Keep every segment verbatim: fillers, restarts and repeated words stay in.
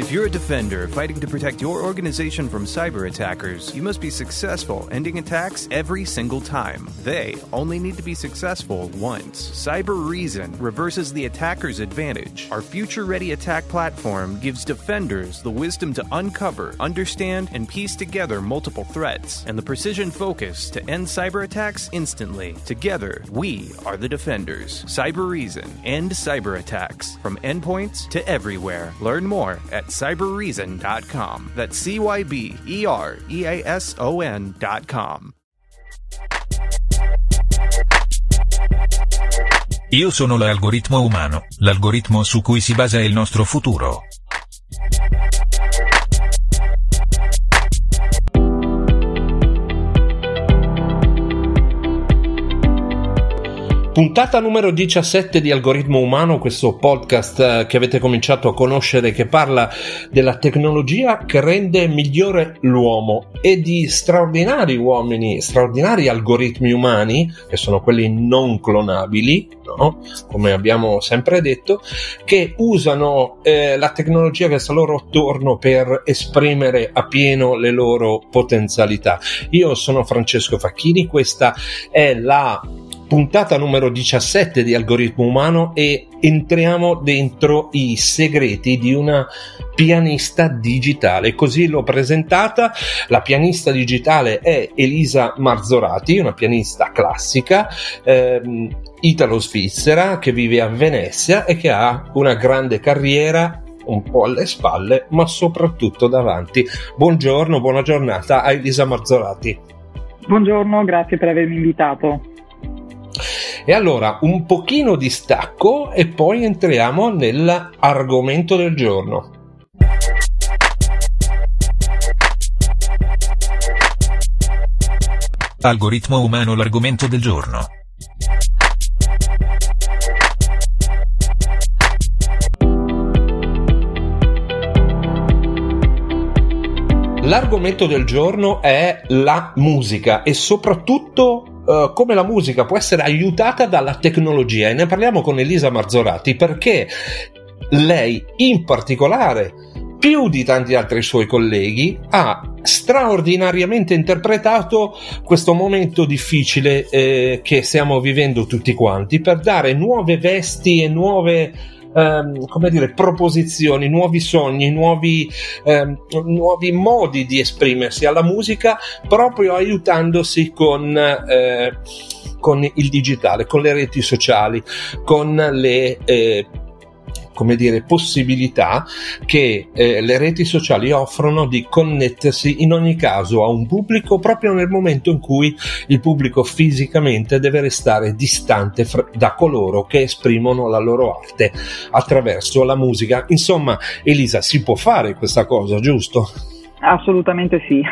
If you're a defender fighting to protect your organization from cyber attackers, you must be successful ending attacks every single time. They only need to be successful once. Cybereason reverses the attacker's advantage. Our future-ready attack platform gives defenders the wisdom to uncover, understand, and piece together multiple threats, and the precision focus to end cyber attacks instantly. Together, we are the defenders. Cybereason. End cyber attacks. From endpoints to everywhere. Learn more at cybereason dot com. That's C Y B E R E A S O N dot com. Io sono l'algoritmo umano, l'algoritmo su cui si basa il nostro futuro. Puntata numero diciassette di Algoritmo Umano, questo podcast che avete cominciato a conoscere, che parla della tecnologia che rende migliore l'uomo e di straordinari uomini, straordinari algoritmi umani, che sono quelli non clonabili, no? Come abbiamo sempre detto, che usano eh, la tecnologia che sta loro attorno per esprimere a pieno le loro potenzialità. Io sono Francesco Facchini, questa è la puntata numero diciassette di Algoritmo Umano e entriamo dentro i segreti di una pianista digitale. Così l'ho presentata. La pianista digitale è Elisa Marzorati, una pianista classica ehm, italo-svizzera che vive a Venezia e che ha una grande carriera un po' alle spalle, ma soprattutto davanti. Buongiorno, buona giornata a Elisa Marzorati. Buongiorno, grazie per avermi invitato. E allora un pochino di stacco e poi entriamo nell'argomento del giorno. Algoritmo umano, l'argomento del giorno. L'argomento del giorno è la musica e soprattutto Uh, come la musica può essere aiutata dalla tecnologia, e ne parliamo con Elisa Marzorati perché lei in particolare, più di tanti altri suoi colleghi, ha straordinariamente interpretato questo momento difficile eh, che stiamo vivendo tutti quanti, per dare nuove vesti e nuove Um, come dire, proposizioni, nuovi sogni, nuovi, um, nuovi modi di esprimersi alla musica, proprio aiutandosi con, eh, con il digitale, con le reti sociali, con le eh, come dire, possibilità che eh, le reti sociali offrono di connettersi in ogni caso a un pubblico proprio nel momento in cui il pubblico fisicamente deve restare distante fra- da coloro che esprimono la loro arte attraverso la musica. Insomma, Elisa, si può fare questa cosa, giusto? Assolutamente sì.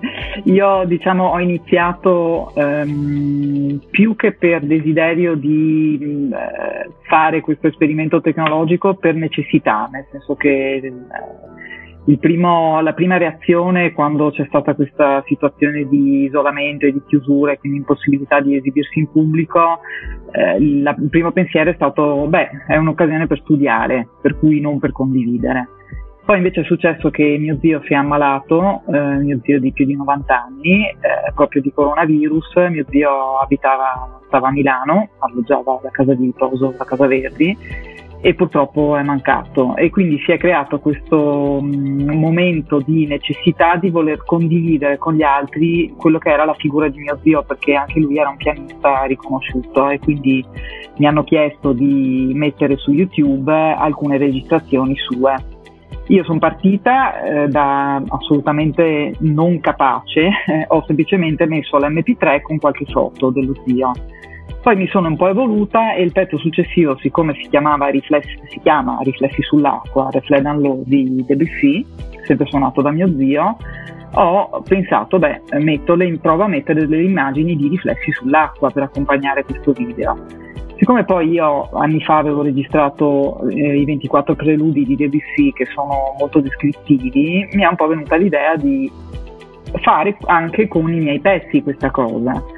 Io diciamo ho iniziato um, più che per desiderio di uh, fare questo esperimento tecnologico per necessità, nel senso che uh, il primo, la prima reazione quando c'è stata questa situazione di isolamento e di chiusura e quindi impossibilità di esibirsi in pubblico, eh, la, il primo pensiero è stato beh, è un'occasione per studiare, per cui non per condividere. Poi invece è successo che mio zio si è ammalato, eh, mio zio di più di novanta anni, eh, proprio di coronavirus. Mio zio abitava, stava a Milano, alloggiava alla casa di riposo, la Casa Verdi, e purtroppo è mancato. E quindi si è creato questo um, momento di necessità di voler condividere con gli altri quello che era la figura di mio zio, perché anche lui era un pianista riconosciuto, e quindi mi hanno chiesto di mettere su YouTube alcune registrazioni sue. Io sono partita eh, da assolutamente non capace, eh, ho semplicemente messo l'emme pi tre con qualche foto dello zio. Poi mi sono un po' evoluta e il pezzo successivo, siccome si chiamava Riflessi, si chiama Riflessi sull'acqua, Reflet dans l'eau di Debussy, sempre suonato da mio zio, ho pensato, beh, metto le, provo a mettere delle immagini di riflessi sull'acqua per accompagnare questo video. Siccome poi io anni fa avevo registrato eh, i ventiquattro preludi di Debussy, che sono molto descrittivi, mi è un po' venuta l'idea di fare anche con i miei pezzi questa cosa.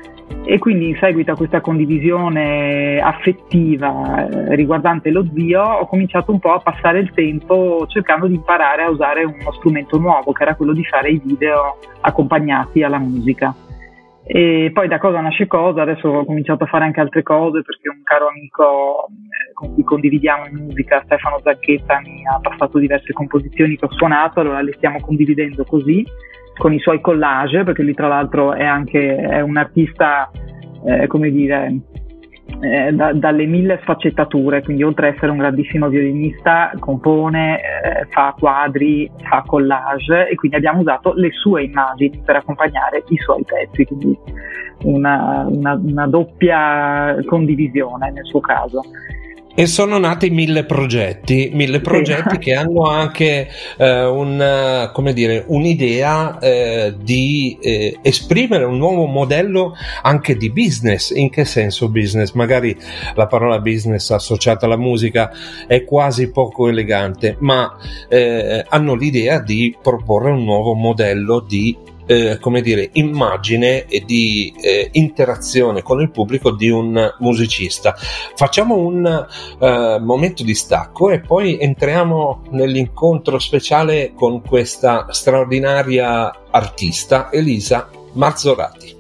E quindi in seguito a questa condivisione affettiva eh, riguardante lo zio ho cominciato un po' a passare il tempo cercando di imparare a usare uno strumento nuovo, che era quello di fare i video accompagnati alla musica. E poi da cosa nasce cosa, adesso ho cominciato a fare anche altre cose perché un caro amico eh, con cui condividiamo in musica, Stefano Zacchetta, mi ha passato diverse composizioni che ho suonato, allora le stiamo condividendo così con i suoi collage, perché lui tra l'altro è anche è un artista eh, come dire eh, da, dalle mille sfaccettature, quindi oltre ad essere un grandissimo violinista compone, eh, fa quadri, fa collage, e quindi abbiamo usato le sue immagini per accompagnare i suoi pezzi, quindi una, una, una doppia condivisione nel suo caso. E sono nati mille progetti, mille progetti sì. che hanno anche eh, un, come dire, un'idea eh, di eh, esprimere un nuovo modello anche di business. In che senso business? Magari la parola business associata alla musica è quasi poco elegante, ma eh, hanno l'idea di proporre un nuovo modello di Eh, come dire, immagine e di eh, interazione con il pubblico di un musicista. Facciamo un eh, momento di stacco e poi entriamo nell'incontro speciale con questa straordinaria artista, Elisa Marzorati.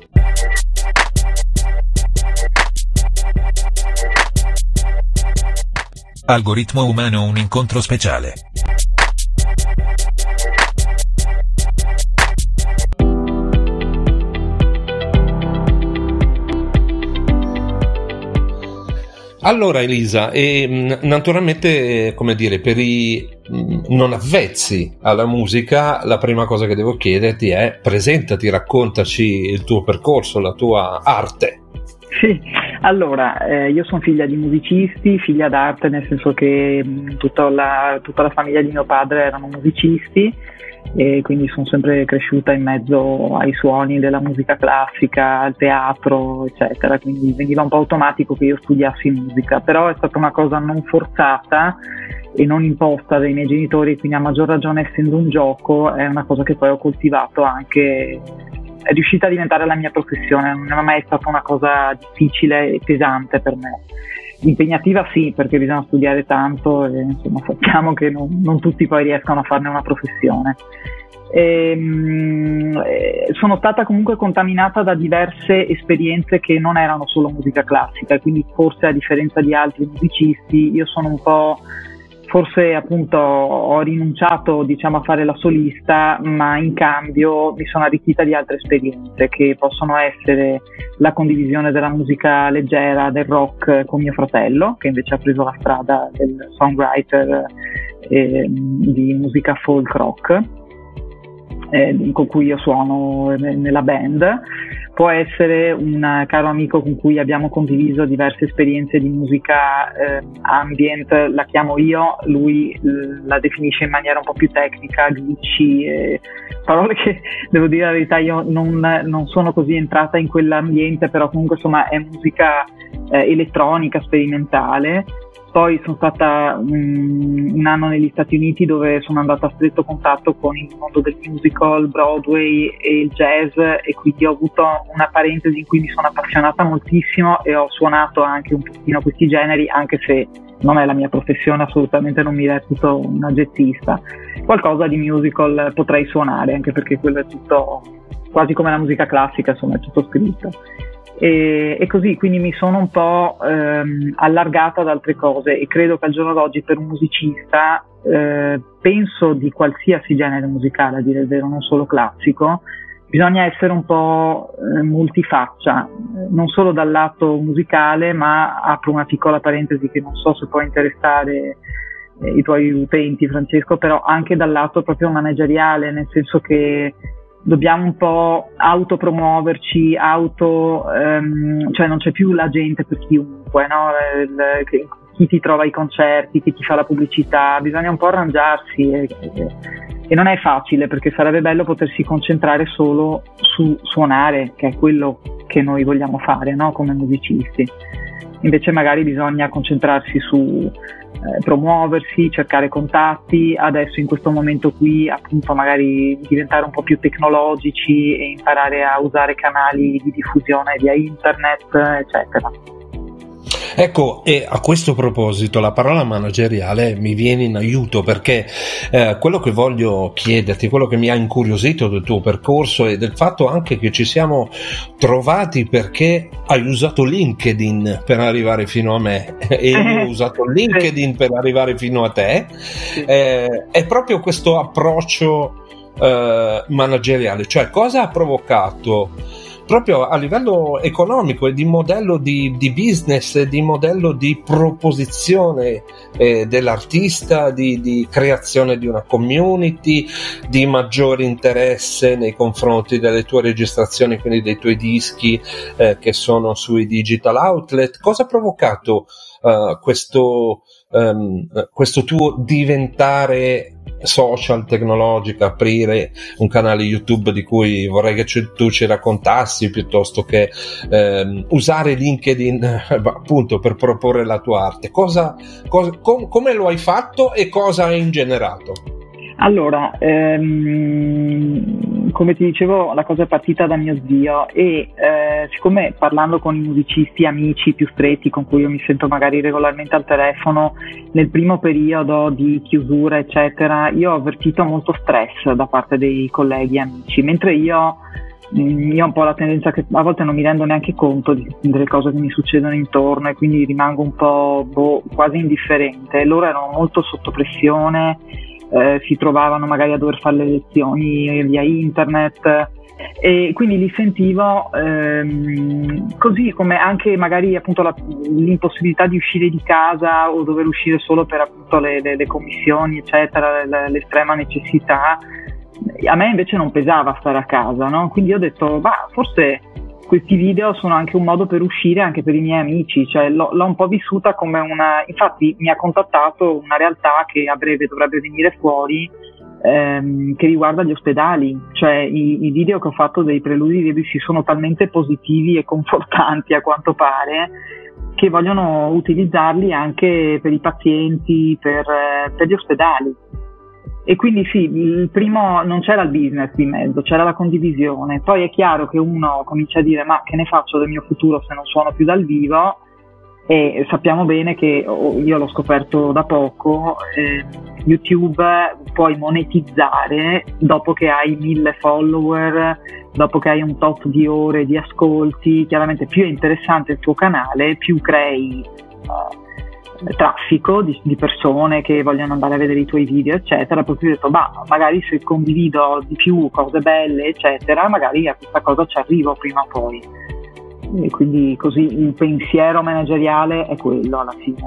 Algoritmo umano, un incontro speciale. Allora Elisa, e naturalmente, come dire, per i non avvezzi alla musica, la prima cosa che devo chiederti è: presentati, raccontaci il tuo percorso, la tua arte. Sì, allora, eh, io sono figlia di musicisti, figlia d'arte, nel senso che mh, tutta la, tutta la famiglia di mio padre erano musicisti, e quindi sono sempre cresciuta in mezzo ai suoni della musica classica, al teatro, eccetera, quindi veniva un po' automatico che io studiassi musica, però è stata una cosa non forzata e non imposta dai miei genitori, quindi a maggior ragione, essendo un gioco, è una cosa che poi ho coltivato anche, è riuscita a diventare la mia professione, non è mai stata una cosa difficile e pesante per me. Impegnativa sì, perché bisogna studiare tanto e insomma sappiamo che non, non tutti poi riescono a farne una professione. E, mh, sono stata comunque contaminata da diverse esperienze che non erano solo musica classica, e quindi forse a differenza di altri musicisti io sono un po', forse appunto ho rinunciato diciamo a fare la solista, ma in cambio mi sono arricchita di altre esperienze che possono essere la condivisione della musica leggera, del rock con mio fratello, che invece ha preso la strada del songwriter eh, di musica folk rock, eh, con cui io suono nella band. Può essere un caro amico con cui abbiamo condiviso diverse esperienze di musica eh, ambient, la chiamo io, lui l- la definisce in maniera un po' più tecnica, glitchy, eh, parole che devo dire la verità io non, non sono così entrata in quell'ambiente, però comunque insomma è musica eh, elettronica, sperimentale. Poi sono stata um, un anno negli Stati Uniti, dove sono andata a stretto contatto con il mondo del musical, Broadway e il jazz, e quindi ho avuto una parentesi in cui mi sono appassionata moltissimo e ho suonato anche un pochino questi generi, anche se non è la mia professione, assolutamente non mi reputo una jazzista. Qualcosa di musical potrei suonare, anche perché quello è tutto quasi come la musica classica, insomma è tutto scritto. E, e così quindi mi sono un po' ehm, allargata ad altre cose, e credo che al giorno d'oggi per un musicista, eh, penso di qualsiasi genere musicale, a dire il vero, non solo classico, bisogna essere un po' eh, multifaccia, non solo dal lato musicale, ma apro una piccola parentesi che non so se può interessare eh, i tuoi utenti, Francesco, però anche dal lato proprio manageriale, nel senso che dobbiamo un po' autopromuoverci, auto, um, cioè non c'è più la gente per chiunque, no? Il, il, chi ti trova ai concerti, chi ti fa la pubblicità, bisogna un po' arrangiarsi e, e, e non è facile, perché sarebbe bello potersi concentrare solo su suonare, che è quello che noi vogliamo fare, no? Come musicisti. Invece magari bisogna concentrarsi su eh, promuoversi, cercare contatti. Adesso in questo momento qui appunto magari diventare un po' più tecnologici e imparare a usare canali di diffusione via internet, eccetera. Ecco, e a questo proposito la parola manageriale mi viene in aiuto, perché eh, quello che voglio chiederti, quello che mi ha incuriosito del tuo percorso e del fatto anche che ci siamo trovati perché hai usato LinkedIn per arrivare fino a me e io ho usato LinkedIn per arrivare fino a te, eh, è proprio questo approccio eh, manageriale, cioè cosa ha provocato proprio a livello economico e di modello di, di business, di modello di proposizione eh, dell'artista, di, di creazione di una community, di maggiore interesse nei confronti delle tue registrazioni, quindi dei tuoi dischi eh, che sono sui digital outlet. Cosa ha provocato uh, questo, um, questo tuo diventare social, tecnologica, aprire un canale YouTube di cui vorrei che ci, tu ci raccontassi, piuttosto che ehm, usare LinkedIn appunto per proporre la tua arte? Cosa, cosa, com, come lo hai fatto e cosa hai ingenerato? Allora, ehm, come ti dicevo, la cosa è partita da mio zio e eh, siccome parlando con i musicisti, amici più stretti con cui io mi sento magari regolarmente al telefono, nel primo periodo di chiusura eccetera, io ho avvertito molto stress da parte dei colleghi e amici, mentre io, io ho un po' la tendenza che a volte non mi rendo neanche conto di, delle cose che mi succedono intorno e quindi rimango un po' boh, quasi indifferente. Loro erano molto sotto pressione. Eh, si trovavano magari a dover fare le lezioni via internet e quindi li sentivo ehm, così come anche magari appunto la, l'impossibilità di uscire di casa o dover uscire solo per appunto le, le, le commissioni eccetera, l'estrema necessità. A me invece non pesava stare a casa, no? Quindi ho detto bah, forse questi video sono anche un modo per uscire anche per i miei amici, cioè l'ho, l'ho un po' vissuta come una, infatti mi ha contattato una realtà che a breve dovrebbe venire fuori ehm, che riguarda gli ospedali, cioè i, i video che ho fatto dei preludi di Debussy sono talmente positivi e confortanti a quanto pare che vogliono utilizzarli anche per i pazienti, per, per gli ospedali. E quindi sì, il primo non c'era il business di mezzo, c'era la condivisione. Poi è chiaro che uno comincia a dire ma che ne faccio del mio futuro se non suono più dal vivo, e sappiamo bene che io l'ho scoperto da poco, eh, YouTube puoi monetizzare dopo che hai mille follower, dopo che hai un tot di ore di ascolti. Chiaramente più è interessante il tuo canale, più crei uh, traffico di, di persone che vogliono andare a vedere i tuoi video eccetera. Poi ho detto bah, magari se condivido di più cose belle eccetera, magari a questa cosa ci arrivo prima o poi. E quindi così il pensiero manageriale è quello alla fine.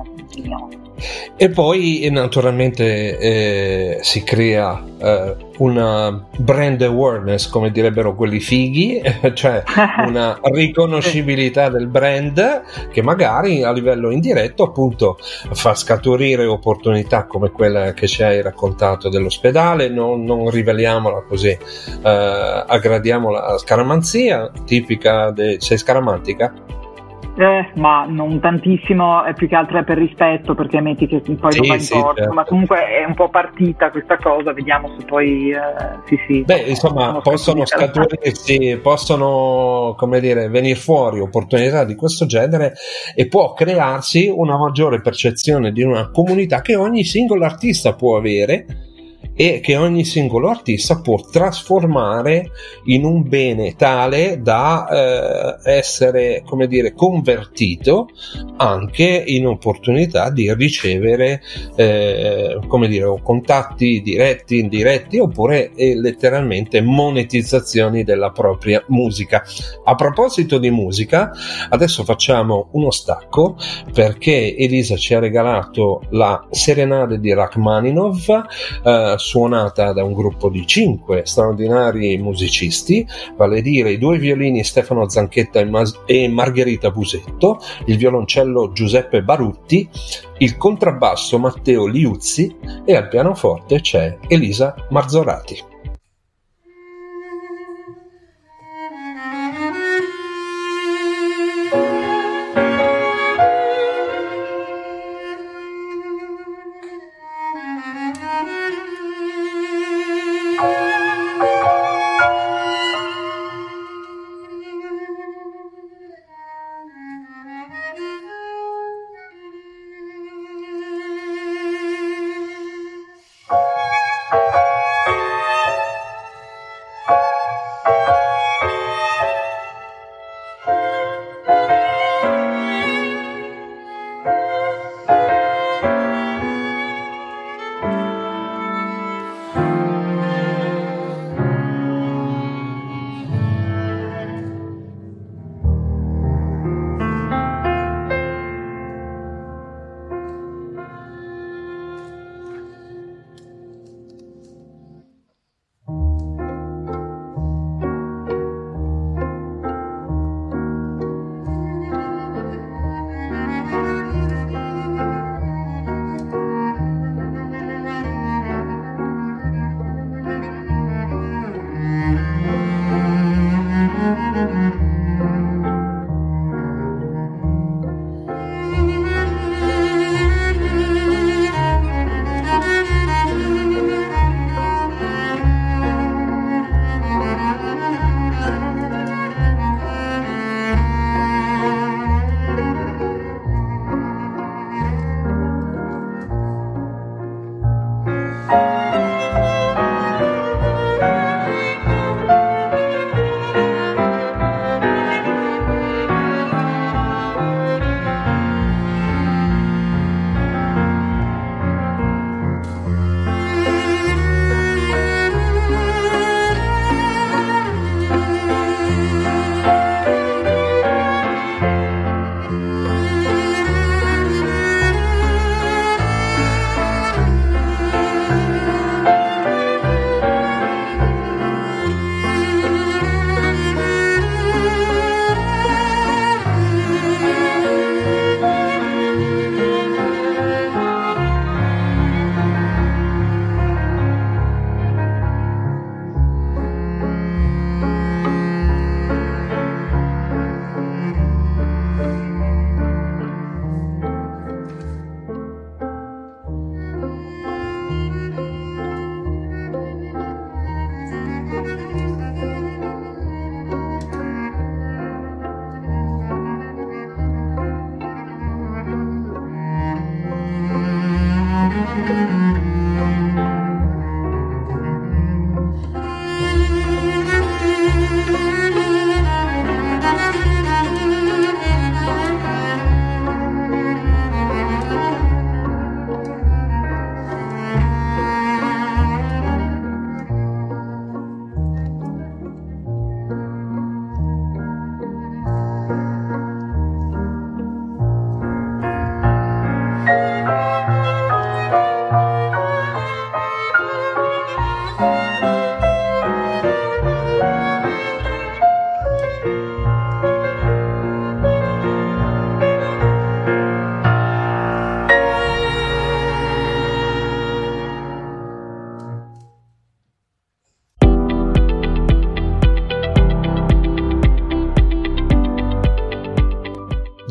E poi naturalmente eh, si crea eh, una brand awareness, come direbbero quelli fighi, cioè una riconoscibilità del brand che magari a livello indiretto appunto fa scaturire opportunità come quella che ci hai raccontato dell'ospedale. Non, non riveliamola così, eh, aggradiamo la scaramanzia tipica de... sei scaramantica? Eh, ma non tantissimo, è più che altro è per rispetto, perché metti che poi sì, lo va in sì, corso, certo. Ma comunque è un po' partita questa cosa, vediamo se poi eh, sì sì. Beh, insomma, possono scaturirsi, possono, come dire, venire fuori opportunità di questo genere e può crearsi una maggiore percezione di una comunità che ogni singolo artista può avere e che ogni singolo artista può trasformare in un bene tale da eh, essere, come dire, convertito anche in opportunità di ricevere eh, come dire, o contatti diretti, indiretti, oppure eh, letteralmente monetizzazioni della propria musica. A proposito di musica, adesso facciamo uno stacco perché Elisa ci ha regalato la Serenade di Rachmaninov, eh, suonata da un gruppo di cinque straordinari musicisti, vale a dire i due violini Stefano Zanchetta e, Mas- e Margherita Busetto, il violoncello Giuseppe Barutti, il contrabbasso Matteo Liuzzi e al pianoforte c'è Elisa Marzorati.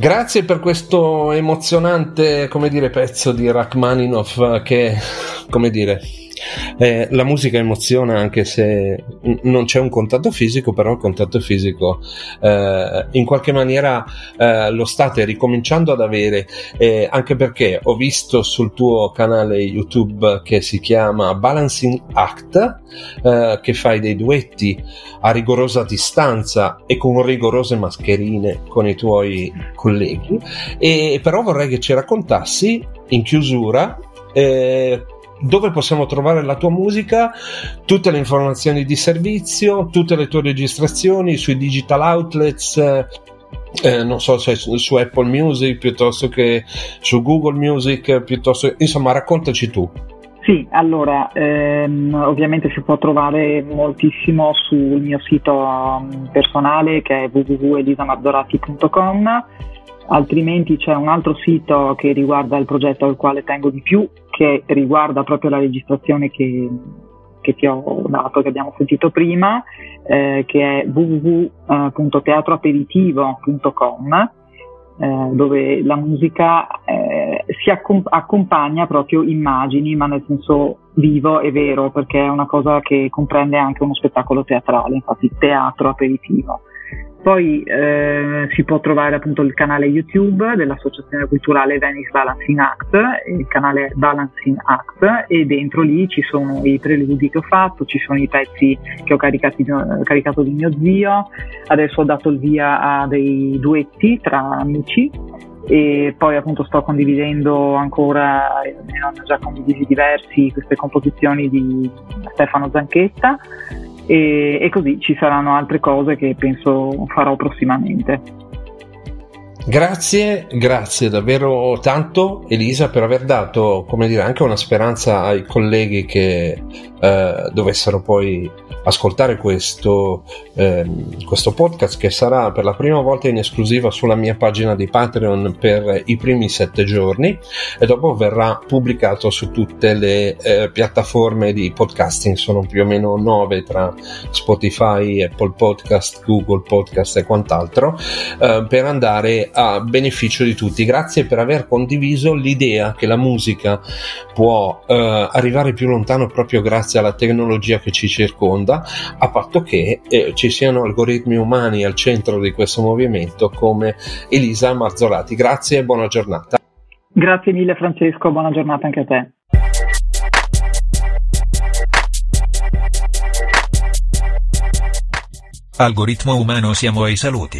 Grazie per questo emozionante, come dire, pezzo di Rachmaninoff che, come dire, eh, la musica emoziona anche se non c'è un contatto fisico, però il contatto fisico eh, in qualche maniera eh, lo state ricominciando ad avere, eh, anche perché ho visto sul tuo canale YouTube che si chiama Balancing Act, eh, che fai dei duetti a rigorosa distanza e con rigorose mascherine con i tuoi colleghi, e però vorrei che ci raccontassi in chiusura eh, dove possiamo trovare la tua musica, tutte le informazioni di servizio, tutte le tue registrazioni sui digital outlets, eh, non so se su Apple Music piuttosto che su Google Music, piuttosto, insomma raccontaci tu. Sì, allora ehm, ovviamente si può trovare moltissimo sul mio sito um, personale, che è w w w punto elisa marzorati punto com. Altrimenti c'è un altro sito che riguarda il progetto al quale tengo di più, che riguarda proprio la registrazione che, che ti ho dato, che abbiamo sentito prima, eh, che è w w w punto teatro aperitivo punto com, eh, dove la musica eh, si accom- accompagna proprio immagini, ma nel senso vivo e vero, perché è una cosa che comprende anche uno spettacolo teatrale, infatti teatro aperitivo. Poi eh, si può trovare appunto il canale YouTube dell'Associazione Culturale Venice Balancing Act, il canale Balancing Act, e dentro lì ci sono i preludi che ho fatto, ci sono i pezzi che ho caricati, caricato di mio zio, adesso ho dato il via a dei duetti tra amici, e poi appunto sto condividendo ancora, ne ho già condivisi diversi, queste composizioni di Stefano Zanchetta. E, e così ci saranno altre cose che penso farò prossimamente. Grazie, grazie davvero tanto Elisa per aver dato, come dire, anche una speranza ai colleghi che eh, dovessero poi ascoltare questo, eh, questo podcast, che sarà per la prima volta in esclusiva sulla mia pagina di Patreon per i primi sette giorni e dopo verrà pubblicato su tutte le eh, piattaforme di podcasting, sono più o meno nove tra Spotify, Apple Podcast, Google Podcast e quant'altro, eh, per andare a beneficio di tutti. Grazie per aver condiviso l'idea che la musica può eh, arrivare più lontano proprio grazie alla tecnologia che ci circonda, a patto che eh, ci siano algoritmi umani al centro di questo movimento come Elisa Marzorati. Grazie e buona giornata. Grazie mille Francesco, buona giornata anche a te. Algoritmo umano, siamo ai saluti.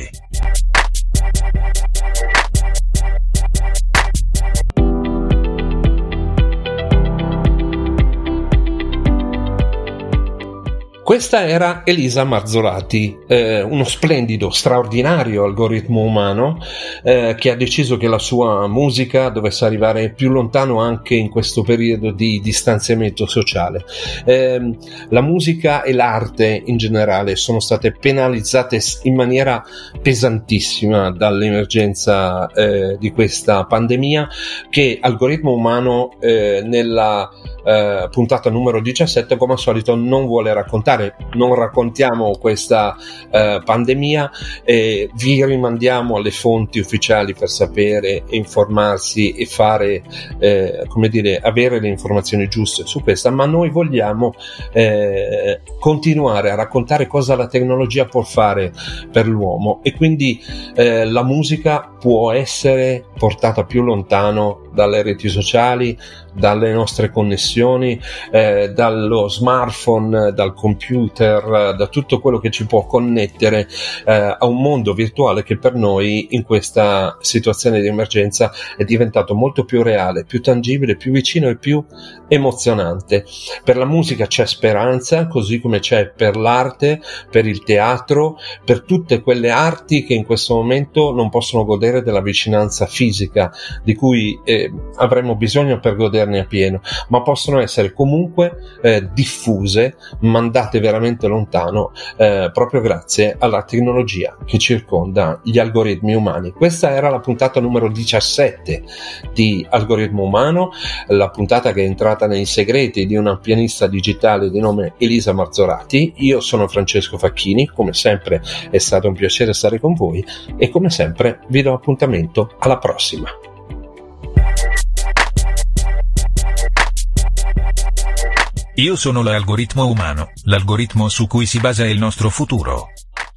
Questa era Elisa Marzorati, eh, uno splendido, straordinario algoritmo umano eh, che ha deciso che la sua musica dovesse arrivare più lontano anche in questo periodo di distanziamento sociale. Eh, la musica e l'arte in generale sono state penalizzate in maniera pesantissima dall'emergenza eh, di questa pandemia, che Algoritmo Umano eh, nella eh, puntata numero diciassette come al solito non vuole raccontare. Non raccontiamo questa eh, pandemia, e vi rimandiamo alle fonti ufficiali per sapere, informarsi e fare, eh, come dire, avere le informazioni giuste su questa, ma noi vogliamo eh, continuare a raccontare cosa la tecnologia può fare per l'uomo, e quindi eh, la musica può essere portata più lontano dalle reti sociali, dalle nostre connessioni, eh, dallo smartphone, dal computer, da tutto quello che ci può connettere eh, a un mondo virtuale che per noi in questa situazione di emergenza è diventato molto più reale, più tangibile, più vicino e più emozionante. Per la musica c'è speranza, così come c'è per l'arte, per il teatro, per tutte quelle arti che in questo momento non possono godere della vicinanza fisica di cui eh, che avremmo bisogno per goderne appieno, ma possono essere comunque eh, diffuse, mandate veramente lontano, eh, proprio grazie alla tecnologia che circonda gli algoritmi umani. Questa era la puntata numero diciassette di Algoritmo Umano, la puntata che è entrata nei segreti di una pianista digitale di nome Elisa Marzorati. Io sono Francesco Facchini, come sempre è stato un piacere stare con voi e come sempre vi do appuntamento alla prossima. Io sono l'Algoritmo Umano, l'algoritmo su cui si basa il nostro futuro.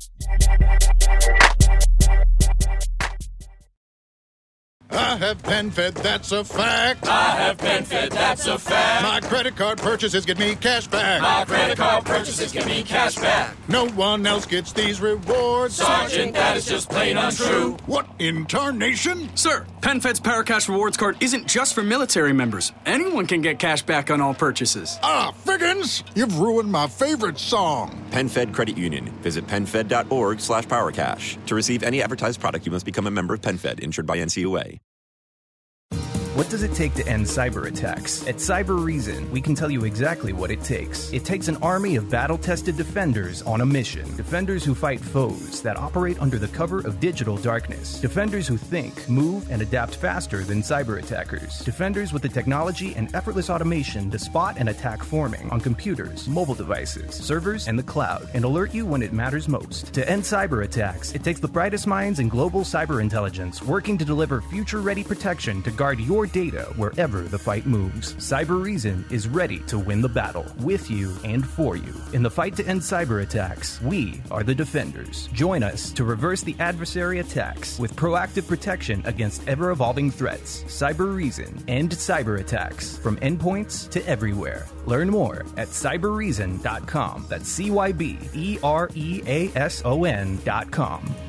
I have PenFed, that's a fact. I have PenFed, that's a fact. My credit card purchases get me cash back. My credit card purchases get me cash back. No one else gets these rewards. Sergeant, that is just plain untrue. What in tarnation? Sir, PenFed's Paracash Rewards Card isn't just for military members. Anyone can get cash back on all purchases. Ah, Figgins, you've ruined my favorite song. PenFed Credit Union. Visit penfed.org slash powercash. To receive any advertised product, you must become a member of PenFed, insured by N C U A. What does it take to end cyber attacks? At Cyber Reason, we can tell you exactly what it takes. It takes an army of battle-tested defenders on a mission. Defenders who fight foes that operate under the cover of digital darkness. Defenders who think, move, and adapt faster than cyber attackers. Defenders with the technology and effortless automation to spot and attack forming on computers, mobile devices, servers, and the cloud, and alert you when it matters most. To end cyber attacks, it takes the brightest minds in global cyber intelligence working to deliver future-ready protection to guard your data wherever the fight moves. Cyber Reason is ready to win the battle with you and for you. In the fight to end cyber attacks, we are the defenders. Join us to reverse the adversary attacks with proactive protection against ever-evolving threats. Cyber Reason, end cyber attacks from endpoints to everywhere. Learn more at cyber reason dot com. That's C Y B E R E A S O N dot com.